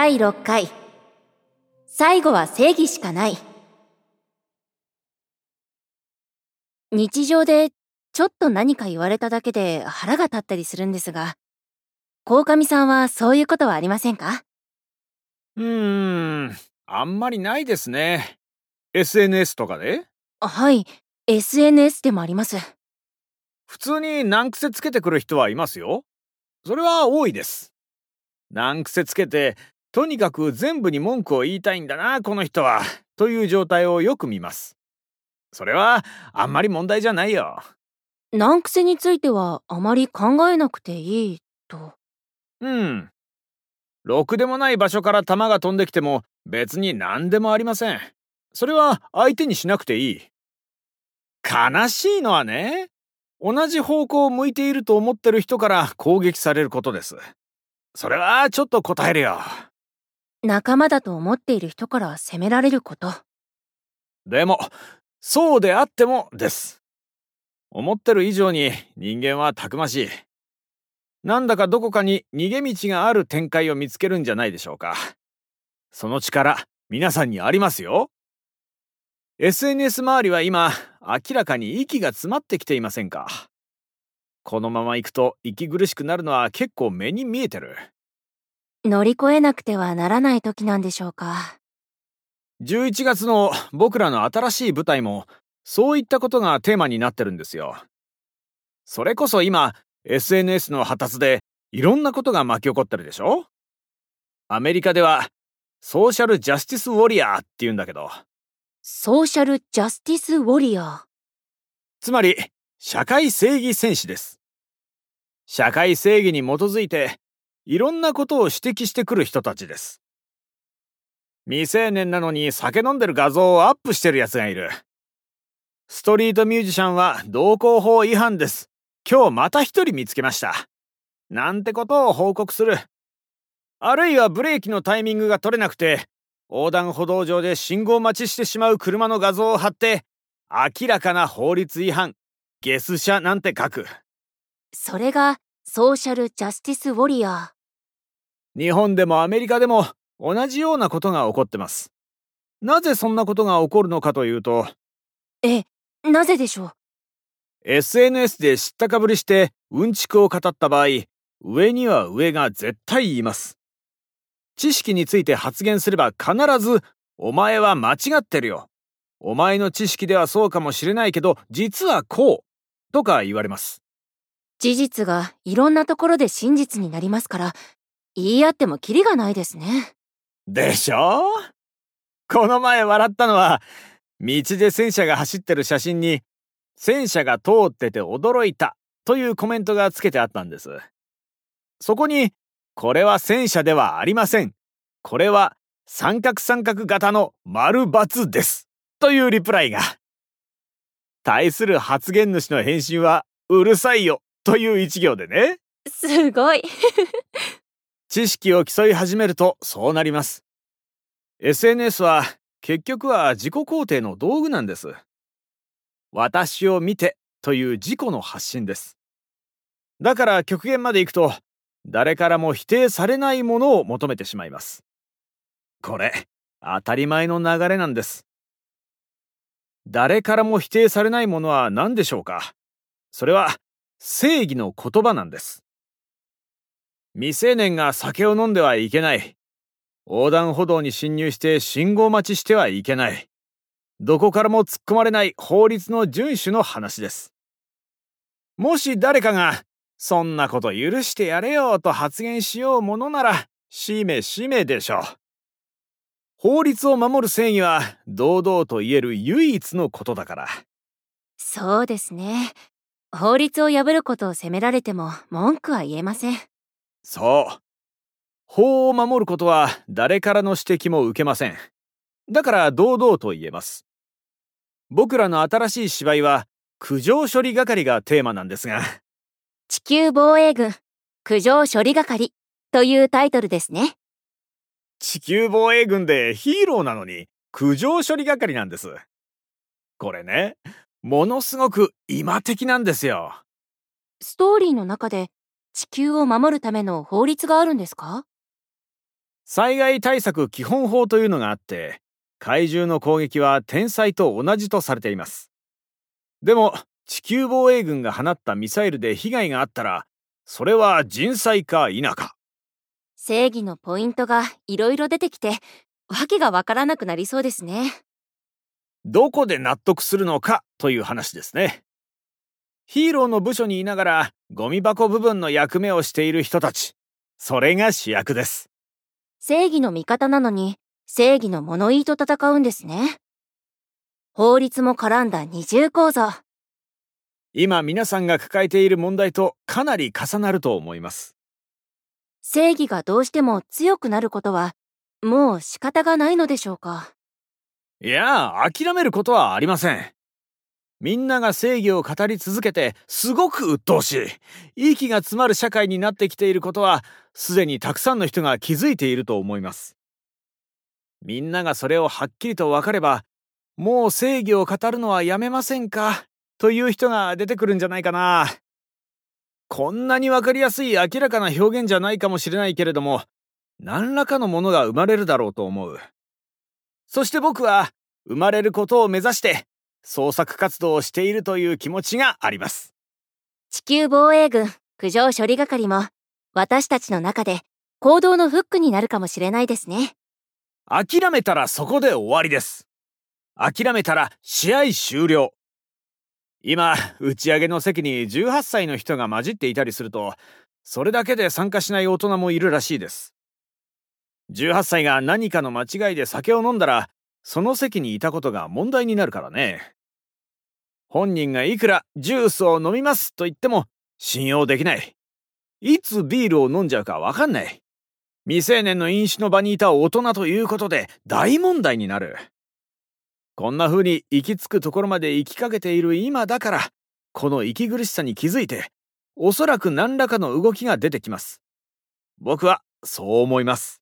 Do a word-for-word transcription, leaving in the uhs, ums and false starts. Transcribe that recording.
だいろっかい。最後は正義しかない。日常でちょっと何か言われただけで腹が立ったりするんですが、鴻上さんはそういうことはありませんか？ うーん、あんまりないですね。エスエヌエス とかではい、エスエヌエス でもあります。 普通に難癖つけてくる人はいますよ。それは多いです。難癖つけて、とにかく全部に文句を言いたいんだな、この人は、という状態をよく見ます。それはあんまり問題じゃないよ。 難癖についてはあまり考えなくていいと。 うん。ろくでもない場所から弾が飛んできても別に何でもありません。それは相手にしなくていい。悲しいのはね、同じ方向を向いていると思ってる人から攻撃されることです。それはちょっと答えるよ。 仲間だと思っている人から責められること。 でも、そうであってもです。思ってる以上に人間はたくましい。なんだかどこかに逃げ道がある展開を見つけるんじゃないでしょうか。その力、皆さんにありますよ。エスエヌエス 周りは今、明らかに息が詰まってきていませんか。このまま行くと息苦しくなるのは結構目に見えてる。 乗り越えなくてはならない時なんでしょうか。 じゅういちがつの僕らの新しい舞台も、そういったことがテーマになってるんですよ。それこそ今、エスエヌエス の発達でいろんなことが巻き起こってるでしょ。アメリカでは、ソーシャルジャスティスウォリアーって言うんだけど。 ソーシャルジャスティスウォリアー。 つまり、社会正義戦士です。社会正義に基づいて、いろんなことを指摘してくる人たちです。未成年なのに酒飲んでる画像をアップしてるやつがいる。ストリートミュージシャンは道交法違反です。今日また一人見つけました。なんてことを報告する。あるいはブレーキのタイミングが取れなくて、横断歩道上で信号待ちしてしまう車の画像を貼って、明らかな法律違反、ゲス車なんて書く。 それがソーシャルジャスティスウォリアー。日本でもアメリカでも同じようなことが起こってます。なぜそんなことが起こるのかというと、 え、なぜでしょう。 エスエヌエス で知ったかぶりしてうんちくを語った場合、上には上が絶対言います。知識について発言すれば必ず、お前は間違ってるよ。お前の知識ではそうかもしれないけど、実はこう、とか言われます。 事実がいろんなところで真実になりますから、言い合ってもキリがないですね。 でしょ？この前笑ったのは、道で戦車が走ってる写真に、戦車が通ってて驚いたというコメントがつけてあったんです。そこに、これは戦車ではありません。これは三角三角型の丸×です。というリプライが。対する発言主の返信は、うるさいよという一行でね。 すごい。 知識を競い始めるとそうなります。エスエヌエス は結局は自己肯定の道具なんです。私を見てという自己の発信です。だから極限まで行くと、誰からも否定されないものを求めてしまいます。これ、当たり前の流れなんです。誰からも否定されないものは何でしょうか。それは正義の言葉なんです。未成年が酒を飲んではいけない。横断歩道に進入して信号待ちしてはいけない。どこからも突っ込まれない法律の遵守の話です。もし誰かが、そんなこと許してやれよと発言しようものなら、しめしめでしょう。法律を守る正義は堂々と言える唯一のことだから。 そうですね。法律を破ることを責められても文句は言えません。 そう。法を守ることは誰からの指摘も受けません。だから堂々と言えます。僕らの新しい芝居は苦情処理係がテーマなんですが。 地球防衛軍苦情処理係というタイトルですね。 地球防衛軍でヒーローなのに苦情処理係なんです。これね、ものすごく今的なんですよ。 ストーリーの中で地球を守るための法律があるんですか？ 災害対策基本法というのがあって、怪獣の攻撃は天災と同じとされています。でも、地球防衛軍が放ったミサイルで被害があったら、それは人災か否か。 正義のポイントがいろいろ出てきて、わけがわからなくなりそうですね。 どこで納得するのかという話ですね。ヒーローの部署にいながらゴミ箱部分の役目をしている人たち、それが主役です。 正義の味方なのに正義の物言いと戦うんですね。法律も絡んだ二重構造。 今皆さんが抱えている問題とかなり重なると思います。 正義がどうしても強くなることはもう仕方がないのでしょうか。 いや、諦めることはありません。みんなが正義を語り続けてすごく鬱陶しい、息が詰まる社会になってきていることはすでにたくさんの人が気づいていると思います。みんながそれをはっきりと分かれば、もう正義を語るのはやめませんかという人が出てくるんじゃないかな。こんなに分かりやすい明らかな表現じゃないかもしれないけれども、何らかのものが生まれるだろうと思う。そして僕は生まれることを目指して創作活動をしているという気持ちがあります。 地球防衛軍苦情処理係も私たちの中で行動のフックになるかもしれないですね。 諦めたらそこで終わりです。諦めたら試合終了。今打ち上げの席にじゅうはっさいの人が混じっていたりすると、それだけで参加しない大人もいるらしいです。じゅうはっさいが何かの間違いで酒を飲んだら、その席にいたことが問題になるからね。本人がいくらジュースを飲みますと言っても信用できない。いつビールを飲んじゃうかわかんない。未成年の飲酒の場にいた大人ということで大問題になる。こんな風に行き着くところまで行きかけている今だから、この息苦しさに気づいて、おそらく何らかの動きが出てきます。僕はそう思います。